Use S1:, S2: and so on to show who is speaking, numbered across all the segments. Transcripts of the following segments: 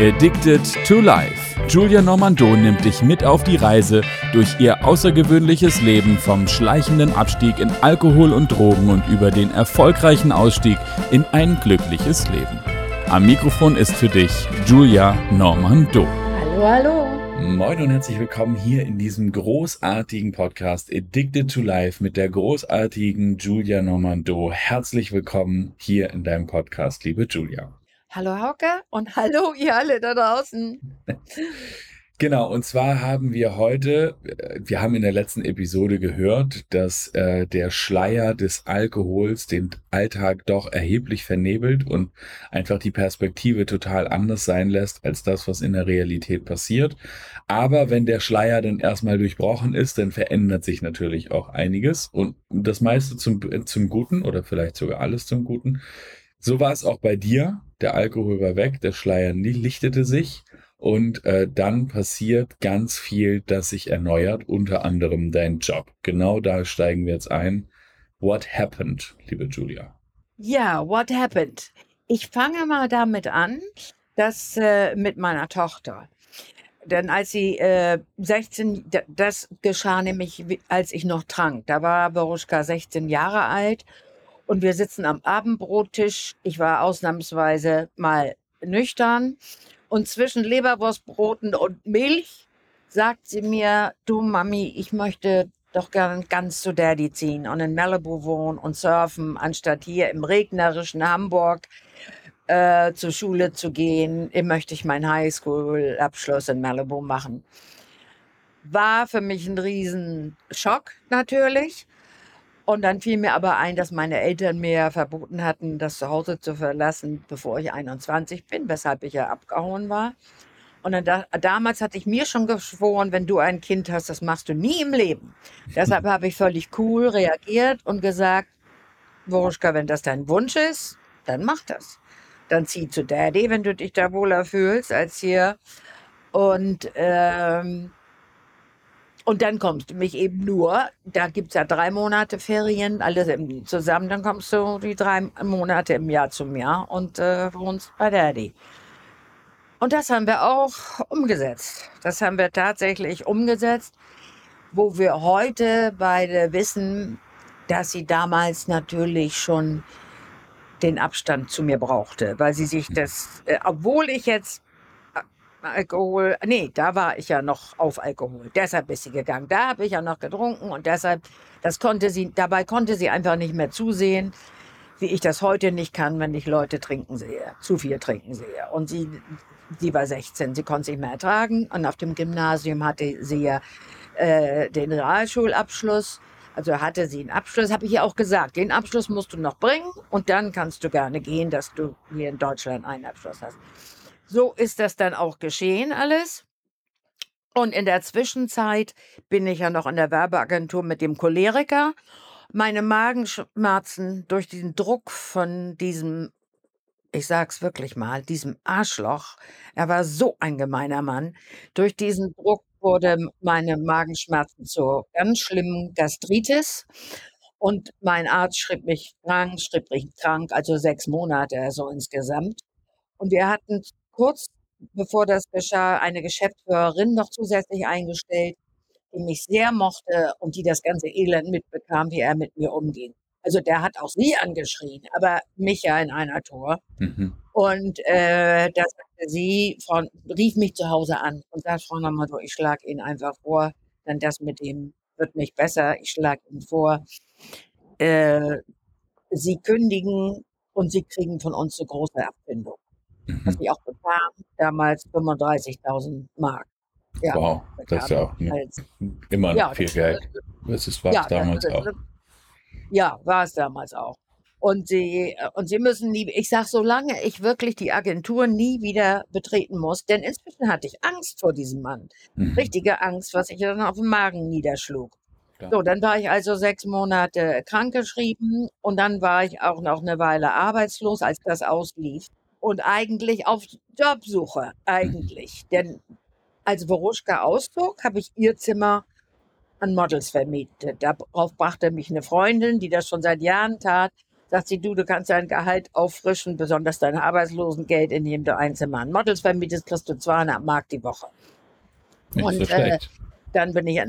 S1: Addicted to Life. Julia Normando nimmt dich mit auf die Reise durch ihr außergewöhnliches Leben vom schleichenden Abstieg in Alkohol und Drogen und über den erfolgreichen Ausstieg in ein glückliches Leben. Am Mikrofon ist für dich Julia Normando.
S2: Hallo, hallo.
S1: Moin und herzlich willkommen hier in diesem großartigen Podcast Addicted to Life mit der großartigen Julia Normando. Herzlich willkommen hier in deinem Podcast, liebe Julia.
S2: Hallo Hauke und hallo ihr alle da draußen.
S1: Genau, und zwar haben wir heute, wir haben in der letzten Episode gehört, dass der Schleier des Alkohols den Alltag doch erheblich vernebelt und einfach die Perspektive total anders sein lässt als das, was in der Realität passiert. Aber wenn der Schleier dann erstmal durchbrochen ist, dann verändert sich natürlich auch einiges und das meiste zum Guten oder vielleicht sogar alles zum Guten. So war es auch bei dir. Der Alkohol war weg, der Schleier lichtete sich. Und dann passiert ganz viel, das sich erneuert, unter anderem dein Job. Genau da steigen wir jetzt ein. What happened, liebe Julia?
S2: Ja, what happened? Ich fange mal damit an, dass mit meiner Tochter. Denn als sie 16, das geschah nämlich, als ich noch trank. Da war Boruschka 16 Jahre alt und wir sitzen am Abendbrottisch. Ich war ausnahmsweise mal nüchtern. Und zwischen Leberwurstbroten und Milch sagt sie mir, du Mami, ich möchte doch gern ganz zu Daddy ziehen und in Malibu wohnen und surfen, anstatt hier im regnerischen Hamburg zur Schule zu gehen. Möchte ich meinen Highschool-Abschluss in Malibu machen. War für mich ein Riesenschock natürlich. Und dann fiel mir aber ein, dass meine Eltern mir verboten hatten, das Zuhause zu verlassen, bevor ich 21 bin, weshalb ich ja abgehauen war. Und dann damals hatte ich mir schon geschworen, wenn du ein Kind hast, das machst du nie im Leben. Deshalb habe ich völlig cool reagiert und gesagt, Boruschka, wenn das dein Wunsch ist, dann mach das. Dann zieh zu Daddy, wenn du dich da wohler fühlst als hier. Und dann kommst du mich eben nur, da gibt es ja 3 Monate Ferien, alles zusammen, dann kommst du die 3 Monate im Jahr zu mir und wohnst bei Daddy. Und das haben wir auch umgesetzt. Das haben wir tatsächlich umgesetzt, wo wir heute beide wissen, dass sie damals natürlich schon den Abstand zu mir brauchte, weil sie sich das, obwohl ich jetzt Alkohol, nee, da war ich ja noch auf Alkohol. Deshalb ist sie gegangen. Da habe ich ja noch getrunken und deshalb, dabei konnte sie einfach nicht mehr zusehen, wie ich das heute nicht kann, wenn ich Leute trinken sehe, zu viel trinken sehe. Und sie war 16, sie konnte es nicht mehr ertragen. Und auf dem Gymnasium hatte sie ja den Realschulabschluss. Also hatte sie einen Abschluss, habe ich ihr auch gesagt, den Abschluss musst du noch bringen und dann kannst du gerne gehen, dass du hier in Deutschland einen Abschluss hast. So ist das dann auch geschehen alles. Und in der Zwischenzeit bin ich ja noch in der Werbeagentur mit dem Choleriker. Meine Magenschmerzen durch den Druck von diesem, ich sag's wirklich mal, diesem Arschloch, er war so ein gemeiner Mann, durch diesen Druck wurde meine Magenschmerzen zu ganz schlimmen Gastritis. Und mein Arzt schrieb mich krank, also 6 Monate so insgesamt. Und wir hatten kurz bevor das geschah, eine Geschäftsführerin noch zusätzlich eingestellt, die mich sehr mochte und die das ganze Elend mitbekam, wie er mit mir umging. Also der hat auch sie angeschrien, aber mich ja in einer Tour. Und da sagte sie, rief mich zu Hause an und sagt, Frau Normando, ich schlage Ihnen einfach vor, denn das mit dem wird nicht besser. Ich schlage Ihnen vor, Sie kündigen und Sie kriegen von uns eine große Abfindung. Was ich auch bekam, damals 35.000 Mark. Ja,
S1: Wow, das ist ja auch immer noch viel Geld. Das war es damals auch.
S2: Ja, war es damals auch. Und sie müssen nie, ich sage, solange ich wirklich die Agentur nie wieder betreten muss, denn inzwischen hatte ich Angst vor diesem Mann. Richtige Angst, was sich dann auf den Magen niederschlug.
S1: Klar.
S2: So, dann war ich also 6 Monate krankgeschrieben und dann war ich auch noch eine Weile arbeitslos, als das auslief. Und eigentlich auf Jobsuche, eigentlich. Denn als Boruschka auszog, habe ich ihr Zimmer an Models vermietet. Darauf brachte mich eine Freundin, die das schon seit Jahren tat, Sagt sie, du kannst dein Gehalt auffrischen, besonders dein Arbeitslosengeld, indem du ein Zimmer an Models vermietest, kriegst du 200 Mark die Woche.
S1: Nicht so
S2: Und
S1: schlecht.
S2: dann bin ich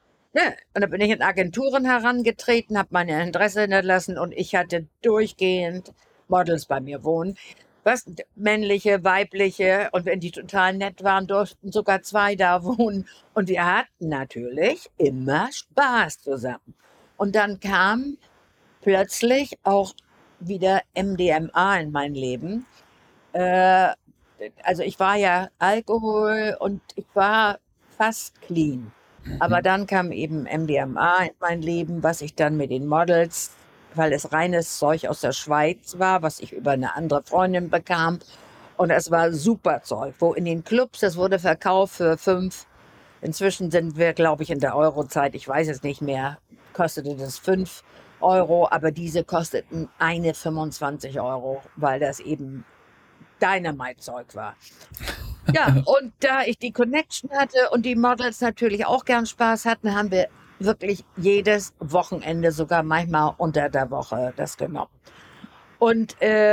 S2: und dann bin ich in Agenturen herangetreten, habe meine Adresse hinterlassen und ich hatte durchgehend Models bei mir wohnen. Was? Männliche, weibliche. Und wenn die total nett waren, durften sogar 2 da wohnen. Und wir hatten natürlich immer Spaß zusammen. Und dann kam plötzlich auch wieder MDMA in mein Leben. Äh, also ich war ja Alkohol und ich war fast clean. Aber
S1: Mhm.
S2: dann kam eben MDMA in mein Leben, was ich dann mit den Models, weil es reines Zeug aus der Schweiz war, was ich über eine andere Freundin bekam. Und es war super Zeug, wo in den Clubs, das wurde verkauft für 5. Inzwischen sind wir, glaube ich, in der Eurozeit, ich weiß es nicht mehr, kostete das 5 Euro, aber diese kosteten eine 25 Euro, weil das eben Dynamite-Zeug war. Ja, und da ich die Connection hatte und die Models natürlich auch gern Spaß hatten, haben wir wirklich jedes Wochenende, sogar manchmal unter der Woche, das genommen. Und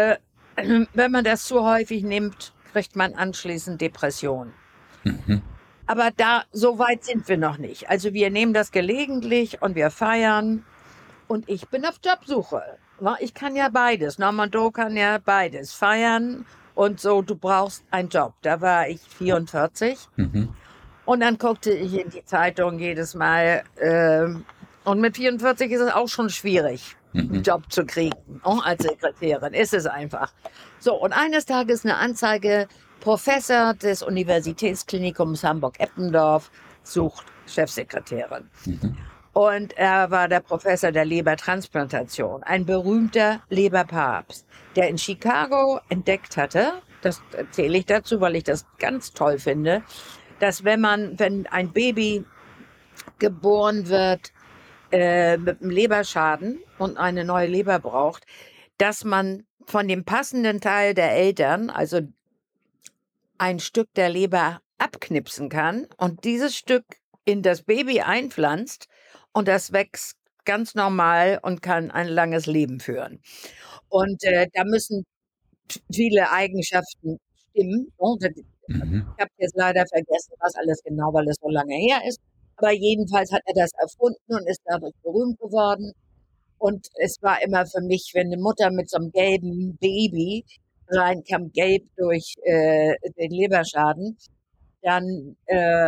S2: wenn man das zu häufig nimmt, kriegt man anschließend Depressionen.
S1: Mhm.
S2: Aber so weit sind wir noch nicht. Also wir nehmen das gelegentlich und wir feiern. Und ich bin auf Jobsuche. Ich kann ja beides. Normando kann ja beides. Feiern und so, du brauchst einen Job. Da war ich 44.
S1: Mhm.
S2: Und dann guckte ich in die Zeitung jedes Mal. Und mit 44 ist es auch schon schwierig, einen
S1: Mhm.
S2: Job zu kriegen. Als Sekretärin ist es einfach. So, und eines Tages eine Anzeige, Professor des Universitätsklinikums Hamburg-Eppendorf sucht Chefsekretärin.
S1: Mhm.
S2: Und er war der Professor der Lebertransplantation, ein berühmter Leberpapst, der in Chicago entdeckt hatte, das erzähle ich dazu, weil ich das ganz toll finde, dass wenn ein Baby geboren wird mit einem Leberschaden und eine neue Leber braucht, dass man von dem passenden Teil der Eltern, also ein Stück der Leber abknipsen kann und dieses Stück in das Baby einpflanzt und das wächst ganz normal und kann ein langes Leben führen. Und da müssen viele Eigenschaften stimmen.
S1: Mhm.
S2: Ich habe jetzt leider vergessen, was alles genau, weil es so lange her ist. Aber jedenfalls hat er das erfunden und ist dadurch berühmt geworden. Und es war immer für mich, wenn eine Mutter mit so einem gelben Baby reinkam, gelb durch den Leberschaden, dann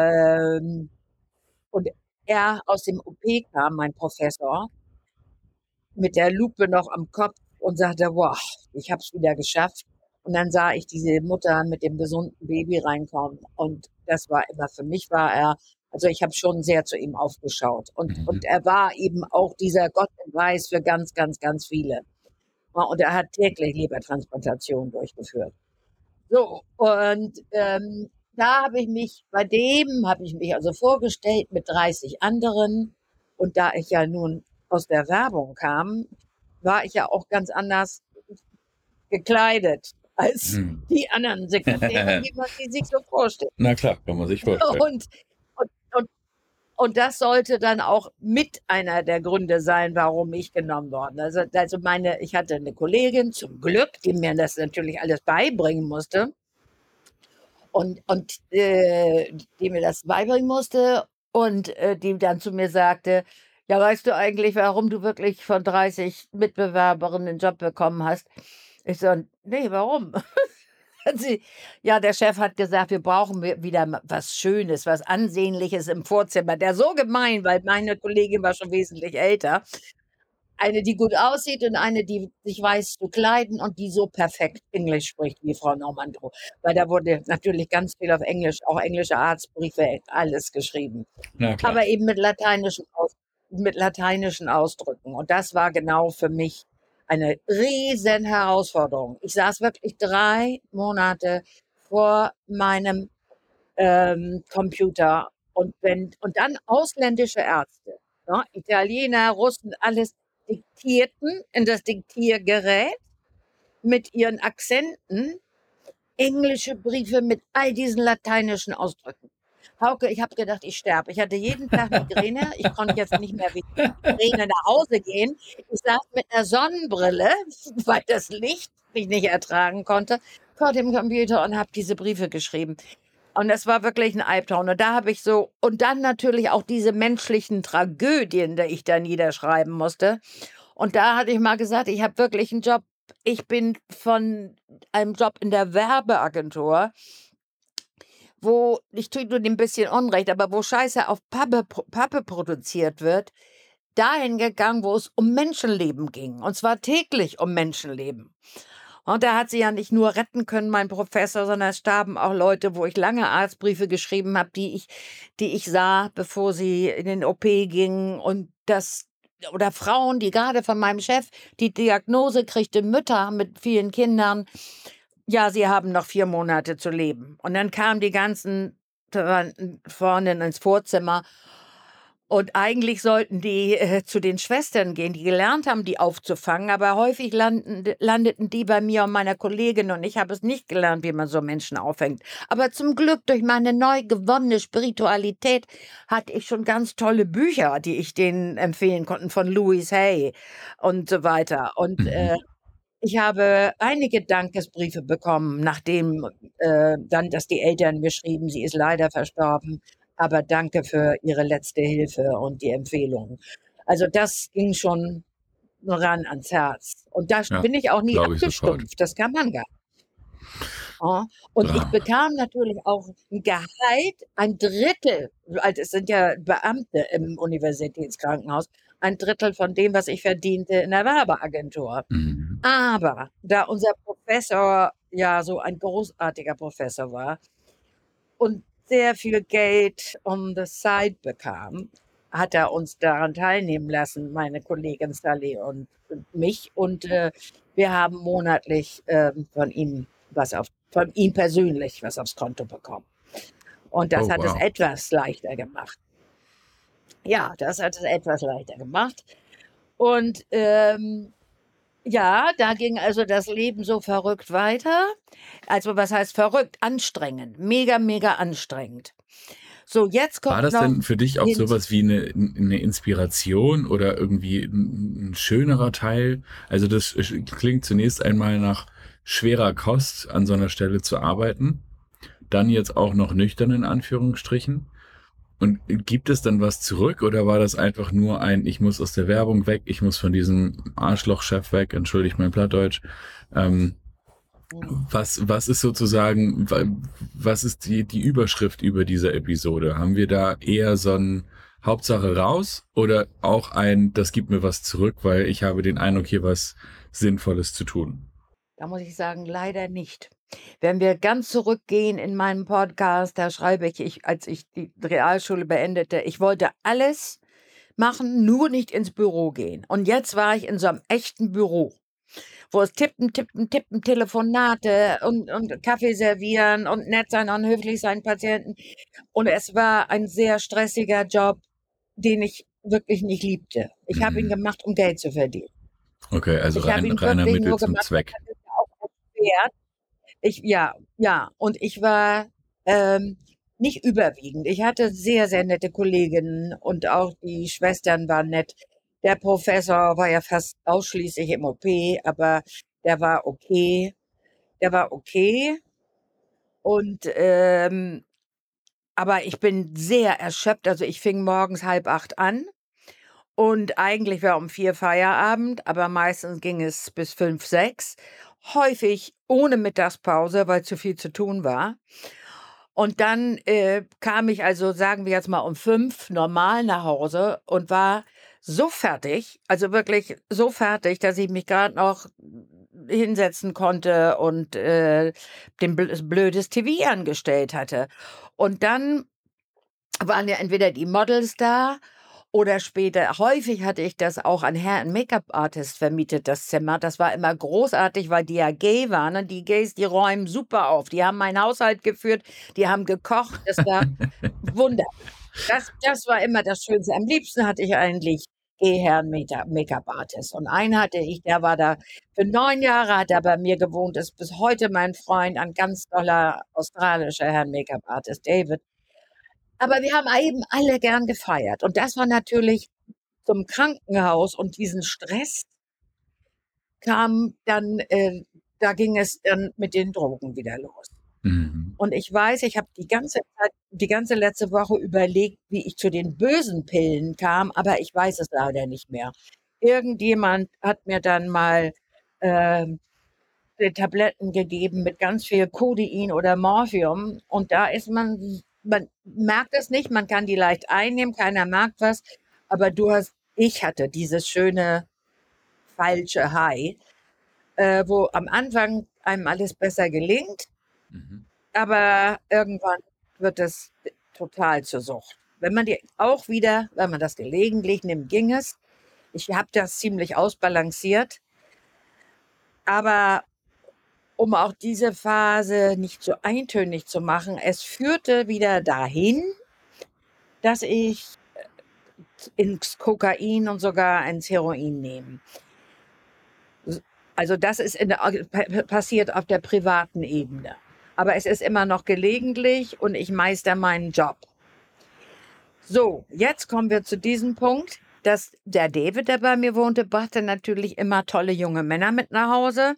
S2: und er aus dem OP kam, mein Professor, mit der Lupe noch am Kopf und sagte, boah, ich habe es wieder geschafft. Und dann sah ich diese Mutter mit dem gesunden Baby reinkommen. Und das war immer, für mich war er, also ich habe schon sehr zu ihm aufgeschaut. Und
S1: Mhm.
S2: er war eben auch dieser Gott in Weiß für ganz, ganz, ganz viele. Und er hat täglich Lebertransplantation durchgeführt. So, und bei dem habe ich mich also vorgestellt mit 30 anderen. Und da ich ja nun aus der Werbung kam, war ich ja auch ganz anders gekleidet als
S1: Mhm.
S2: die anderen Sekretäre, wie man die sich so vorstellt.
S1: Na klar, kann man sich vorstellen.
S2: Und, und, und, und das sollte dann auch mit einer der Gründe sein, warum ich genommen worden. Ich hatte eine Kollegin zum Glück, die mir das natürlich alles beibringen musste. Die mir das beibringen musste und die dann zu mir sagte, ja, weißt du eigentlich, warum du wirklich von 30 Mitbewerberinnen den Job bekommen hast? Ich so, nee, warum? Ja, der Chef hat gesagt, wir brauchen wieder was Schönes, was Ansehnliches im Vorzimmer. Der so gemein, weil meine Kollegin war schon wesentlich älter. Eine, die gut aussieht und eine, die sich weiß zu kleiden und die so perfekt Englisch spricht wie Frau Normandot. Weil da wurde natürlich ganz viel auf Englisch, auch englische Arztbriefe, alles geschrieben.
S1: Na klar.
S2: Aber eben mit lateinischen Ausdrücken. Und das war genau für mich eine riesen Herausforderung. Ich saß wirklich 3 Monate vor meinem Computer und dann ausländische Ärzte, ne, Italiener, Russen, alles diktierten in das Diktiergerät mit ihren Akzenten englische Briefe mit all diesen lateinischen Ausdrücken. Hauke, ich habe gedacht, ich sterbe. Ich hatte jeden Tag Migräne. Ich konnte jetzt nicht mehr wegen Migräne nach Hause gehen. Ich saß mit einer Sonnenbrille, weil das Licht ich nicht ertragen konnte, vor dem Computer und habe diese Briefe geschrieben. Und das war wirklich ein Albtraum. Und da habe ich so, und dann natürlich auch diese menschlichen Tragödien, die ich da niederschreiben musste. Und da hatte ich mal gesagt, ich habe wirklich einen Job. Ich bin von einem Job in der Werbeagentur, wo, ich tue nur ein bisschen Unrecht, aber wo Scheiße auf Pappe produziert wird, dahin gegangen, wo es um Menschenleben ging. Und zwar täglich um Menschenleben. Und da hat sie ja nicht nur retten können, mein Professor, sondern es starben auch Leute, wo ich lange Arztbriefe geschrieben habe, die ich sah, bevor sie in den OP gingen. Und das, oder Frauen, die gerade von meinem Chef die Diagnose kriegte, Mütter mit vielen Kindern, ja, sie haben noch 4 Monate zu leben. Und dann kamen die ganzen Verwandten vorne ins Vorzimmer. Und eigentlich sollten die zu den Schwestern gehen, die gelernt haben, die aufzufangen. Aber häufig landeten die bei mir und meiner Kollegin. Und ich habe es nicht gelernt, wie man so Menschen auffängt. Aber zum Glück, durch meine neu gewonnene Spiritualität, hatte ich schon ganz tolle Bücher, die ich denen empfehlen konnte, von Louise Hay und so weiter. Und
S1: Mhm.
S2: ich habe einige Dankesbriefe bekommen, nachdem dann, dass die Eltern mir schrieben, sie ist leider verstorben, aber danke für ihre letzte Hilfe und die Empfehlungen. Also das ging schon ran ans Herz. Und da
S1: Ja,
S2: bin ich auch nie
S1: glaube ich sofort.
S2: abgestumpft. Das kann man gar nicht. Ja. Und ich
S1: Drama.
S2: bekam natürlich auch ein Gehalt, ein Drittel, also es sind ja Beamte im Universitätskrankenhaus, ein Drittel von dem, was ich verdiente in der Werbeagentur.
S1: Mhm.
S2: Aber da unser Professor ja so ein großartiger Professor war und sehr viel Geld on the side bekam, hat er uns daran teilnehmen lassen, meine Kollegin Sally und mich. Und wir haben monatlich von ihm persönlich was aufs Konto bekommen. Und das
S1: Oh,
S2: hat es
S1: wow.
S2: etwas leichter gemacht. Ja, das hat es etwas leichter gemacht. Und ja, da ging also das Leben so verrückt weiter. Also was heißt verrückt? Anstrengend. Mega, mega anstrengend. So, jetzt
S1: War
S2: kommt
S1: das
S2: noch
S1: denn für dich auch
S2: hinzu.
S1: sowas wie eine Inspiration oder irgendwie ein schönerer Teil? Also das klingt zunächst einmal nach schwerer Kost, an so einer Stelle zu arbeiten. Dann jetzt auch noch nüchtern in Anführungsstrichen. Und gibt es dann was zurück oder war das einfach nur ein, ich muss aus der Werbung weg, ich muss von diesem Arschlochchef weg, entschuldigt mein Plattdeutsch. Ähm, was ist sozusagen, was ist die Überschrift über diese Episode? Haben wir da eher so ein Hauptsache raus oder auch ein, das gibt mir was zurück, weil ich habe den Eindruck, hier was Sinnvolles zu tun?
S2: Da muss ich sagen, leider nicht. Wenn wir ganz zurückgehen in meinem Podcast, da schreibe als ich die Realschule beendete, ich wollte alles machen, nur nicht ins Büro gehen. Und jetzt war ich in so einem echten Büro, wo es tippen, tippen, tippen, Telefonate und Kaffee servieren und nett sein und höflich sein Patienten. Und es war ein sehr stressiger Job, den ich wirklich nicht liebte. Ich habe ihn
S1: Mhm.
S2: gemacht, um Geld zu verdienen.
S1: Okay, also
S2: Ich habe ihn
S1: reiner
S2: wirklich
S1: Mittel
S2: nur
S1: zum
S2: gemacht, das
S1: Zweck.
S2: hat es ja auch erschwert. Ja, ja. Und ich war nicht überwiegend. Ich hatte sehr, sehr nette Kolleginnen und auch die Schwestern waren nett. Der Professor war ja fast ausschließlich im OP, aber der war okay. Der war okay. Und aber ich bin sehr erschöpft. Also ich fing morgens 7:30 an und eigentlich war um 4 Feierabend, aber meistens ging es bis 5, 6. Häufig ohne Mittagspause, weil zu viel zu tun war. Und dann kam ich also, sagen wir jetzt mal, um 5 normal nach Hause und war so fertig, also wirklich so fertig, dass ich mich gerade noch hinsetzen konnte und blödes TV angestellt hatte. Und dann waren ja entweder die Models da oder später, häufig hatte ich das auch an Herren Make-up-Artist vermietet, das Zimmer. Das war immer großartig, weil die ja gay waren. Und die Gays, die räumen super auf. Die haben meinen Haushalt geführt, die haben gekocht. Das war wunderbar. Das war immer das Schönste. Am liebsten hatte ich eigentlich Gehherren Make-up-Artist. Und einen hatte ich, der war da für 9 Jahre, hat er bei mir gewohnt, ist bis heute mein Freund, ein ganz toller australischer Herrn Make-up-Artist, David. Aber wir haben eben alle gern gefeiert. Und das war natürlich zum Krankenhaus und diesen Stress kam dann, da ging es dann mit den Drogen wieder los.
S1: Mhm.
S2: Und ich weiß, ich habe die ganze Zeit, die ganze letzte Woche überlegt, wie ich zu den bösen Pillen kam, aber ich weiß es leider nicht mehr. Irgendjemand hat mir dann mal ähm, die Tabletten gegeben mit ganz viel Codein oder Morphium und da ist man merkt es nicht, man kann die leicht einnehmen, keiner merkt was, aber ich hatte dieses schöne falsche High, wo am Anfang einem alles besser gelingt,
S1: Mhm.
S2: aber irgendwann wird es total zur Sucht. Wenn man das gelegentlich nimmt, ging es. Ich habe das ziemlich ausbalanciert, aber um auch diese Phase nicht so eintönig zu machen, es führte wieder dahin, dass ich ins Kokain und sogar ins Heroin nehme. Also das ist passiert auf der privaten Ebene. Aber es ist immer noch gelegentlich und ich meister meinen Job. So, jetzt kommen wir zu diesem Punkt, dass der David, der bei mir wohnte, brachte natürlich immer tolle junge Männer mit nach Hause.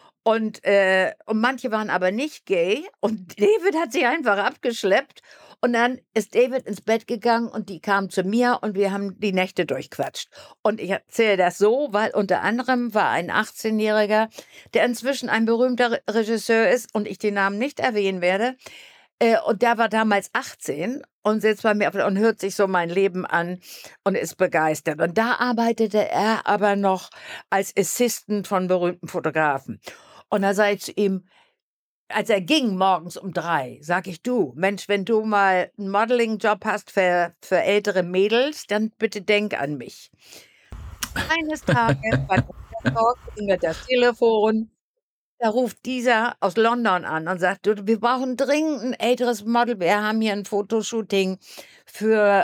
S2: Und manche waren aber nicht gay. Und David hat sie einfach abgeschleppt. Und dann ist David ins Bett gegangen und die kam zu mir und wir haben die Nächte durchquatscht. Und ich erzähle das so, weil unter anderem war ein 18-Jähriger, der inzwischen ein berühmter Regisseur ist und ich den Namen nicht erwähnen werde. Und der war damals 18 und sitzt bei mir und hört sich so mein Leben an und ist begeistert. Und da arbeitete er aber noch als Assistant von berühmten Fotografen. Und da sage ich zu ihm, als er ging morgens um 3, sag ich, du, Mensch, wenn du mal einen Modeling-Job hast für ältere Mädels, dann bitte denk an mich. Eines Tages beim Talk klingelt das Telefon. Da ruft dieser aus London an und sagt, du, wir brauchen dringend ein älteres Model. Wir haben hier ein Fotoshooting für,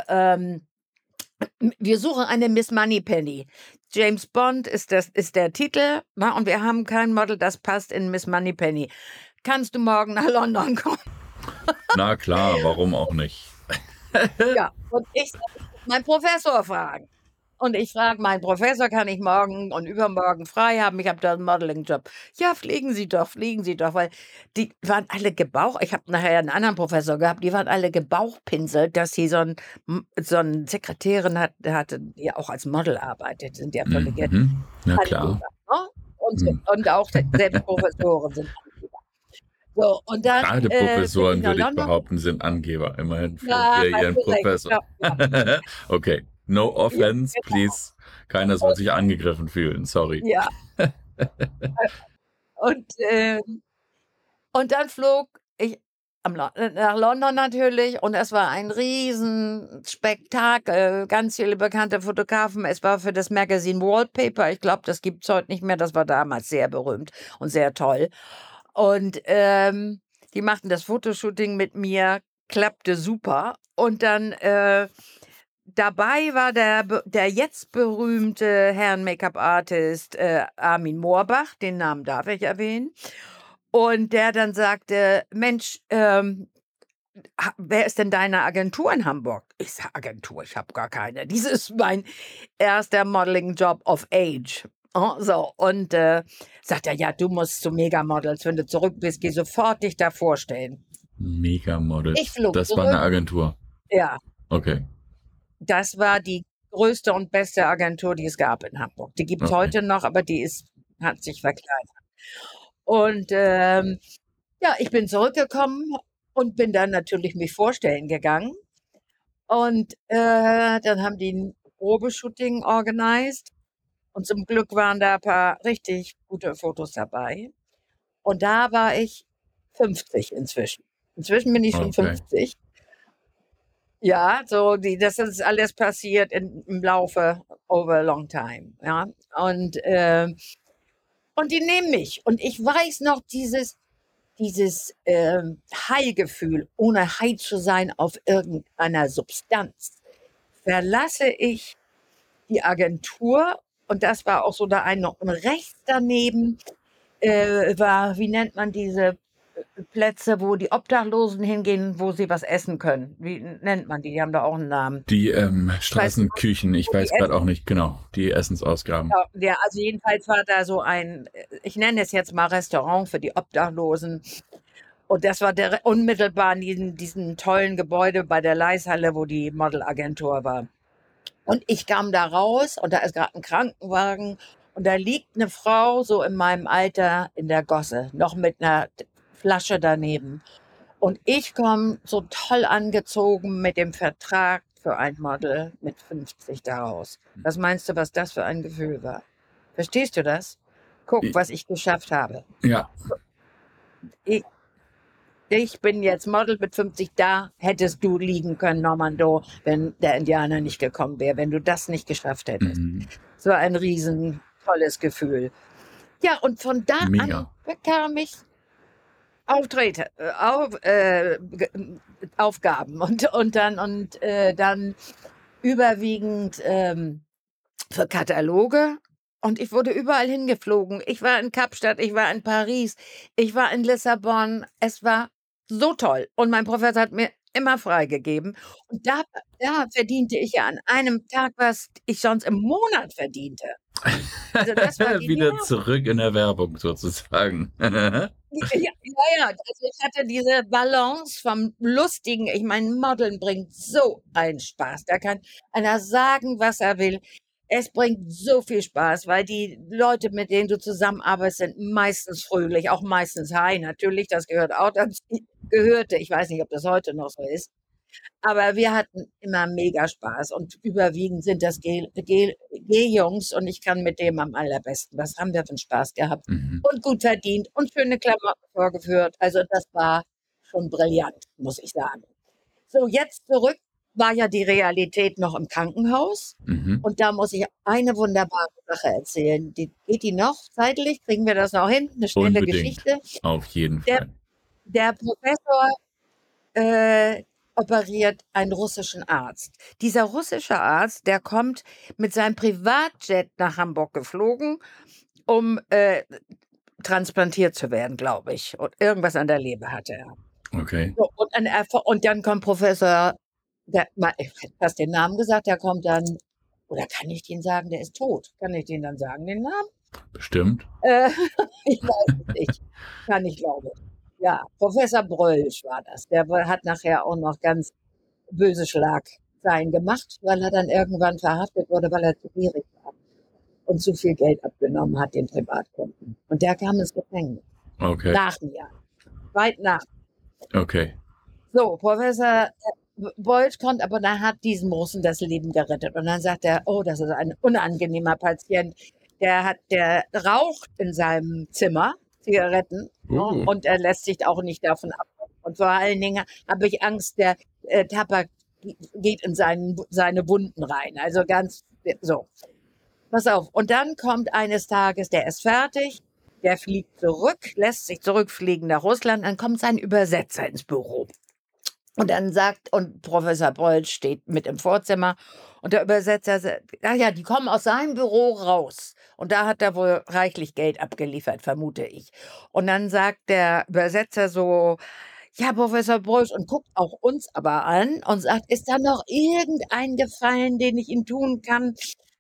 S2: wir suchen eine Miss Moneypenny. James Bond ist der Titel, na, und wir haben kein Model, das passt in Miss Moneypenny. Kannst du morgen nach London kommen?
S1: Na klar, warum auch nicht?
S2: Ja, und ich muss meinen Professor fragen. Und ich frage meinen Professor, kann ich morgen und übermorgen frei haben? Ich habe da einen Modeling-Job. Ja, fliegen Sie doch, weil die waren alle ich habe nachher einen anderen Professor gehabt, die waren alle gebauchpinselt, dass sie so eine Sekretärin hatte, die auch als Model arbeitet, sind ja völlige
S1: Mhm. Na klar.
S2: Angeber, ne?
S1: Mhm.
S2: Und auch selbst Professoren sind Angeber. So, und dann
S1: Gerade
S2: bin ich
S1: Professoren,
S2: nach
S1: würde ich
S2: London.
S1: behaupten, sind Angeber, immerhin
S2: Ja,
S1: für
S2: hast
S1: ihren
S2: du recht.
S1: Professor.
S2: Ja, ja.
S1: Okay, no
S2: Ja,
S1: offense,
S2: genau.
S1: please. Keiner soll sich angegriffen fühlen, sorry.
S2: Ja, und, und dann flog ich nach London natürlich und es war ein Riesenspektakel, ganz viele bekannte Fotografen. Es war für das Magazin Wallpaper, ich glaube, das gibt's heute nicht mehr, das war damals sehr berühmt und sehr toll. Und, die machten das Fotoshooting mit mir, klappte super. Und dann, dabei war der jetzt berühmte Herren-Make-up-Artist, Armin Moorbach, den Namen darf ich erwähnen. Und der dann sagte: „Mensch, wer ist denn deine Agentur in Hamburg?“ Ich sage: „Agentur, ich habe gar keine. Dies ist mein erster Modeling-Job of age.“ So, und, sagt er: „Ja, du musst zu Megamodels. Wenn du zurück bist, geh sofort dich da vorstellen.“ Ich
S1: Megamodels.
S2: flog
S1: Das war eine
S2: zurück.
S1: Agentur.
S2: Ja,
S1: Okay,
S2: das war die größte und beste Agentur, die es gab in Hamburg. Die gibt's
S1: okay.
S2: heute noch, aber hat sich verkleinert. Und, ja, ich bin zurückgekommen und bin dann natürlich mich vorstellen gegangen. Und, dann haben die 'n Probeshooting organisiert und zum Glück waren da paar richtig gute Fotos dabei. Und da war ich 50 inzwischen. Inzwischen bin ich schon
S1: Okay.
S2: 50. Ja, so das ist alles passiert im Laufe over a long time, ja. Und die nehmen mich. Und ich weiß noch High-Gefühl, ohne high zu sein auf irgendeiner Substanz. Verlasse ich die Agentur und das war auch so da ein noch und rechts daneben, war wie nennt man diese Plätze, wo die Obdachlosen hingehen, wo sie was essen können. Wie nennt man die? Die haben da auch einen Namen.
S1: Die Straßenküchen, ich
S2: wo die
S1: weiß gerade auch nicht genau, die Essensausgaben.
S2: Ja, also jedenfalls war da so ein, ich nenne es jetzt mal Restaurant für die Obdachlosen. Und das war unmittelbar in diesem tollen Gebäude bei der Leishalle, wo die Modelagentur war. Und ich kam da raus und da ist gerade ein Krankenwagen und da liegt eine Frau so in meinem Alter in der Gosse, noch mit einer Flasche daneben. Und ich komme so toll angezogen mit dem Vertrag für ein Model mit 50 daraus. Was meinst du, was das für ein Gefühl war? Verstehst du das? Guck, was ich geschafft habe.
S1: Ja.
S2: Ich bin jetzt Model mit 50, da hättest du liegen können, Normando, wenn der Indianer nicht gekommen wäre, wenn du das nicht geschafft hättest. Es war ein riesen tolles Gefühl. Ja, und von da an bekam ich Aufgaben und dann überwiegend für Kataloge. Und ich wurde überall hingeflogen. Ich war in Kapstadt, ich war in Paris, ich war in Lissabon. Es war so toll. Und mein Professor hat mir immer freigegeben. Und da verdiente ich ja an einem Tag, was ich sonst im Monat verdiente.
S1: Also das war wieder zurück in der Werbung sozusagen.
S2: Ja. Also ich hatte diese Balance vom Lustigen. Ich meine, Modeln bringt so einen Spaß. Da kann einer sagen, was er will. Es bringt so viel Spaß, weil die Leute, mit denen du zusammenarbeitest, sind meistens fröhlich, auch meistens high. Natürlich, das gehört auch dazu. Ich weiß nicht, ob das heute noch so ist. Aber wir hatten immer mega Spaß und überwiegend sind das G-Jungs und ich kann mit dem am allerbesten. Was haben wir für einen Spaß gehabt und gut verdient und schöne Klamotten vorgeführt. Also das war schon brillant, muss ich sagen. So, jetzt zurück war ja die Realität noch im Krankenhaus und da muss ich eine wunderbare Sache erzählen. Geht die noch zeitlich? Kriegen wir das noch hin? Eine schnelle Geschichte?
S1: Auf jeden Fall.
S2: Der Professor operiert einen russischen Arzt. Dieser russische Arzt, der kommt mit seinem Privatjet nach Hamburg geflogen, um transplantiert zu werden, glaube ich. Und irgendwas an der Leber hatte er.
S1: Okay.
S2: So, und dann kommt Professor, ich hast den Namen gesagt, der kommt dann, oder kann ich den sagen, der ist tot? Kann ich den dann sagen, den Namen?
S1: Bestimmt.
S2: Ich weiß es nicht. Kann ich glauben. Ja, Professor Brölsch war das. Der hat nachher auch noch ganz böse Schlagzeilen gemacht, weil er dann irgendwann verhaftet wurde, weil er zu gierig war und zu viel Geld abgenommen hat, den Privatkunden. Und der kam ins Gefängnis.
S1: Okay.
S2: Nach mir. Weit nach.
S1: Okay.
S2: So, Professor Brölsch kommt, aber dann hat diesem Russen das Leben gerettet. Und dann sagt er, oh, das ist ein unangenehmer Patient. Der raucht in seinem Zimmer Zigaretten und er lässt sich auch nicht davon ab. Und vor allen Dingen habe ich Angst, der Tabak geht in seine Wunden rein. Also ganz so. Pass auf. Und dann kommt eines Tages, der ist fertig, der fliegt zurück, lässt sich zurückfliegen nach Russland, dann kommt sein Übersetzer ins Büro. Und dann und Professor Brölsch steht mit im Vorzimmer und der Übersetzer sagt, ja, die kommen aus seinem Büro raus. Und da hat er wohl reichlich Geld abgeliefert, vermute ich. Und dann sagt der Übersetzer so, ja, Professor Brölsch, und guckt auch uns aber an und sagt, ist da noch irgendein Gefallen, den ich ihm tun kann?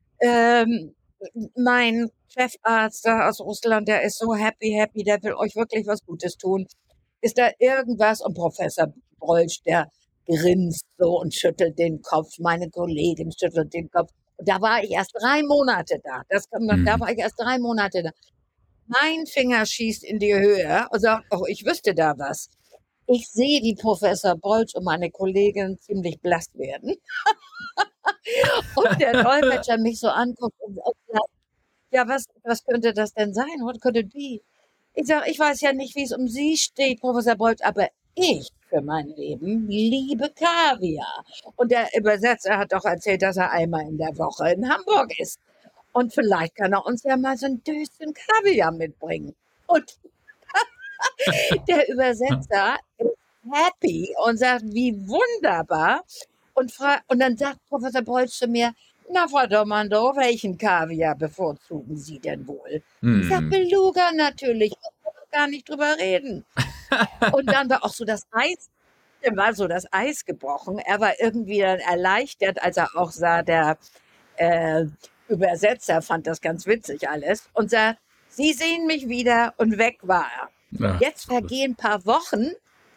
S2: Mein Chefarzt da aus Russland, der ist so happy, der will euch wirklich was Gutes tun. Ist da irgendwas? Und Professor Brölsch, der grinst so und schüttelt den Kopf. Meine Kollegin schüttelt den Kopf. Und da war ich erst 3 Monate da. Da war ich erst 3 Monate da. Mein Finger schießt in die Höhe und sagt, oh, ich wüsste da was. Ich sehe, wie Professor Brölsch und meine Kollegin ziemlich blass werden. Und der Dolmetscher mich so anguckt und sagt, ja, was könnte das denn sein? What could it be? Ich sage, ich weiß ja nicht, wie es um Sie steht, Professor Brölsch, aber ich für mein Leben liebe Kaviar. Und der Übersetzer hat doch erzählt, dass er einmal in der Woche in Hamburg ist. Und vielleicht kann er uns ja mal so ein Döschen Kaviar mitbringen. Und der Übersetzer ist happy und sagt, wie wunderbar. Und dann sagt Professor Brölsch zu mir, na, Frau Domando, welchen Kaviar bevorzugen Sie denn wohl? Ich sage, Beluga natürlich. gar nicht drüber reden. Und dann war auch so das Eis dann war so das Eis gebrochen. Er war irgendwie dann erleichtert, als er auch sah, der, äh, Übersetzer fand das ganz witzig alles und sagt: „Sie sehen mich wieder“, und weg war er.
S1: Ach,
S2: Jetzt vergehen 'n paar Wochen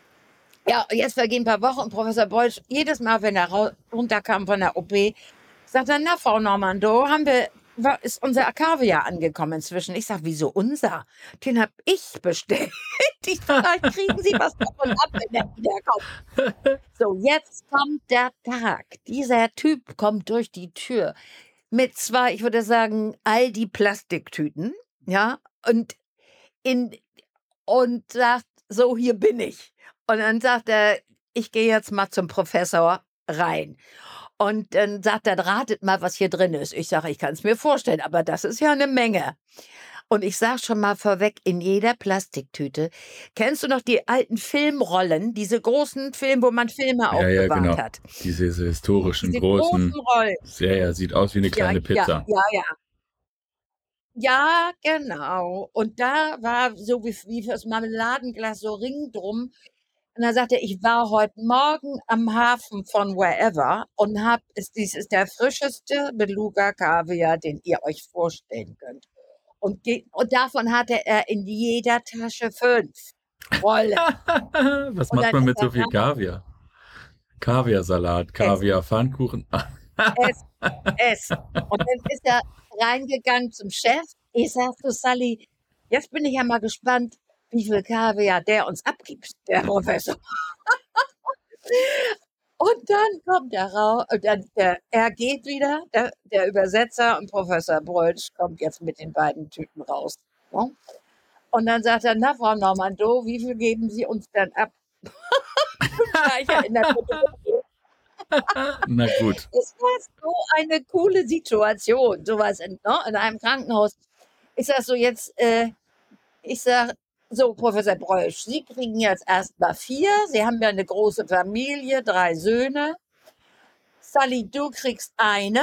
S2: und Professor Beutsch, jedes Mal, wenn er runterkam von der OP, sagt er: „Na, Frau Normando, ist unser Kaviar angekommen inzwischen?“ Ich sage: „Wieso unser? Den habe ich bestellt.“ Ich sage: „Kriegen Sie was davon ab, wenn der wiederkommt?“ So, jetzt kommt der Tag. Dieser Typ kommt durch die Tür mit 2, ich würde sagen, Aldi-Plastiktüten, ja, in und sagt: „So, hier bin ich.“ Und dann sagt er: „Ich gehe jetzt mal zum Professor rein.“ Und dann sagt er: „Ratet mal, was hier drin ist.“ Ich sage: „Ich kann es mir vorstellen, aber das ist ja eine Menge.“ Und ich sage schon mal vorweg, in jeder Plastiktüte kennst du noch die alten Filmrollen, diese großen Filme, wo man Filme
S1: ja, ja,
S2: aufbewahrt
S1: genau.
S2: hat?
S1: Diese historischen,
S2: Diese großen
S1: großen,
S2: Rollen.
S1: ja, ja, sieht aus wie eine
S2: Ja,
S1: kleine
S2: ja,
S1: Pizza.
S2: ja, ja. Ja, genau. Und da war so wie fürs Marmeladenglas so Ring drum. Und dann sagt er: „Ich war heute Morgen am Hafen von wherever und habe dies ist der frischeste Beluga-Kaviar, den ihr euch vorstellen könnt.“ Und davon hatte er in jeder Tasche 5 Rollen.
S1: Was
S2: Und
S1: macht
S2: dann
S1: man
S2: ist
S1: mit
S2: er
S1: so viel Kaviar? Kaviarsalat,
S2: essen,
S1: Kaviarpfannkuchen.
S2: essen, essen. Und dann ist er reingegangen zum Chef. Ich sage zu Sally: „Jetzt bin ich ja mal gespannt, wie viel Kaviar der uns abgibt, der Professor.“ Und dann kommt er raus, und er geht wieder, der Übersetzer, und Professor Breutsch kommt jetzt mit den beiden Tüten raus. Ne? Und dann sagt er: „Na, Frau Normando, wie viel geben Sie uns denn ab?“ War ich ja in der Fotografie.
S1: Na gut.
S2: Es war so eine coole Situation, sowas in einem Krankenhaus. Ich sage so: „Jetzt, ich sage, so, Professor Breusch, Sie kriegen jetzt erst mal 4. Sie haben ja eine große Familie, 3 Söhne. Sally, du kriegst eine.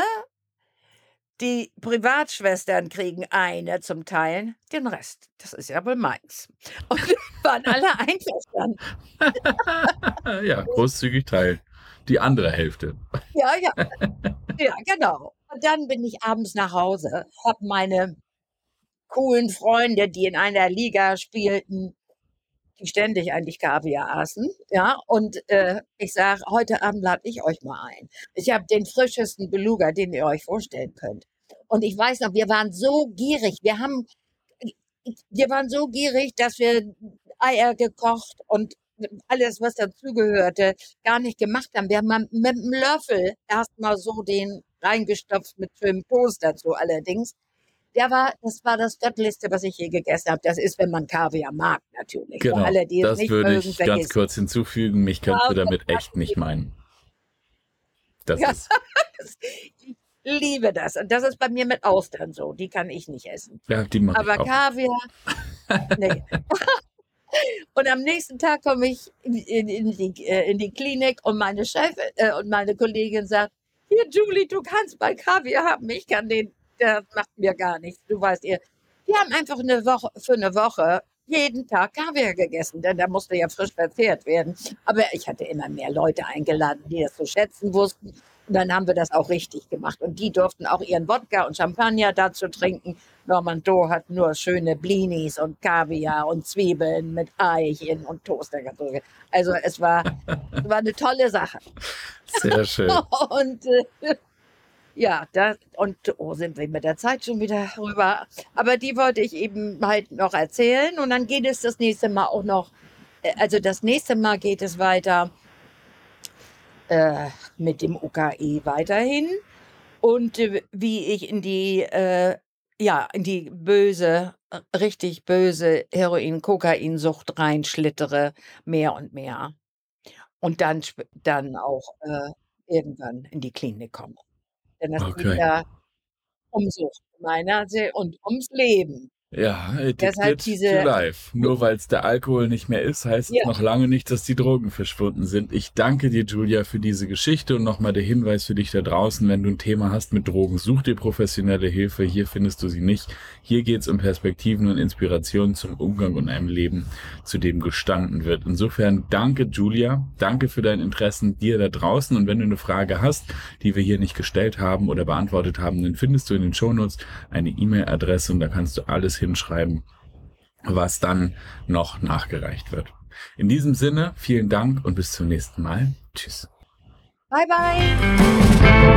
S2: Die Privatschwestern kriegen eine zum Teilen. Den Rest, das ist ja wohl meins.“ Und waren alle einverstanden.
S1: Ja, großzügig teilen. Die andere Hälfte.
S2: Ja, ja, ja, genau. Und dann bin ich abends nach Hause, habe meine coolen Freunde, die in einer Liga spielten, die ständig eigentlich Kaviar aßen, ja, und, ich sage: „Heute Abend lade ich euch mal ein. Ich habe den frischesten Beluga, den ihr euch vorstellen könnt.“ Und ich weiß noch, wir waren so gierig. Wir waren so gierig, dass wir Eier gekocht und alles, was dazugehörte, gar nicht gemacht haben. Wir haben mal mit 'm Löffel erst mal so den reingestopft mit schönem Toast dazu allerdings. Das war das Göttlichste, was ich je gegessen habe. Das ist, wenn man Kaviar mag, natürlich. Für
S1: Genau,
S2: alle, die es
S1: das
S2: nicht
S1: würde
S2: mögen,
S1: ich ganz
S2: vergiss
S1: kurz hinzufügen. Mich könntest
S2: ja,
S1: du
S2: und das
S1: damit
S2: war
S1: echt nicht meinen. Das
S2: ja,
S1: ist,
S2: ich liebe das. Und das ist bei mir mit Austern so, die kann ich nicht essen.
S1: ja, die mache ich
S2: Aber
S1: auch.
S2: Kaviar, ne. Und am nächsten Tag komme ich in die Klinik und meine Chefin und meine Kollegin sagt: „Hier, Julie, du kannst mal Kaviar haben. Ich kann den der macht mir gar nichts. Du weißt ihr“ Wir haben einfach für 'ne Woche jeden Tag Kaviar gegessen, denn der musste ja frisch verzehrt werden. Aber ich hatte immer mehr Leute eingeladen, die das zu schätzen wussten. Und dann haben wir das auch richtig gemacht. Und die durften auch ihren Wodka und Champagner dazu trinken. Normando hat nur schöne Blinis und Kaviar und Zwiebeln mit Eichen und Toasterkartoffeln. Also es war eine tolle Sache.
S1: Sehr schön.
S2: Und, ja, sind wir mit der Zeit schon wieder rüber. Aber die wollte ich eben halt noch erzählen und dann geht es das nächste Mal auch noch also das nächste Mal geht es weiter, mit dem UKE weiterhin und, wie ich in die richtig böse Heroin-Kokainsucht reinschlittere, mehr und mehr. Und dann auch, irgendwann in die Klinik komme. Denn das geht
S1: Okay.
S2: ja um Sucht und ums Leben.
S1: Ja,
S2: Deshalb
S1: addicted to
S2: diese,
S1: life. Nur weil es der Alkohol nicht mehr ist, heißt es
S2: ja,
S1: noch lange nicht, dass die Drogen verschwunden sind. Ich danke dir, Julia, für diese Geschichte und nochmal der Hinweis für dich da draußen, wenn du ein Thema hast mit Drogen, such dir professionelle Hilfe. Hier findest du sie nicht. Hier geht es um Perspektiven und Inspirationen zum Umgang und einem Leben, zu dem gestanden wird. Insofern danke, Julia. Danke für dein Interessen dir da draußen. Und wenn du eine Frage hast, die wir hier nicht gestellt haben oder beantwortet haben, dann findest du in den Shownotes eine E-Mail-Adresse und da kannst du alles hinschreiben, was dann noch nachgereicht wird. In diesem Sinne, vielen Dank und bis zum nächsten Mal. Tschüss.
S2: bye bye.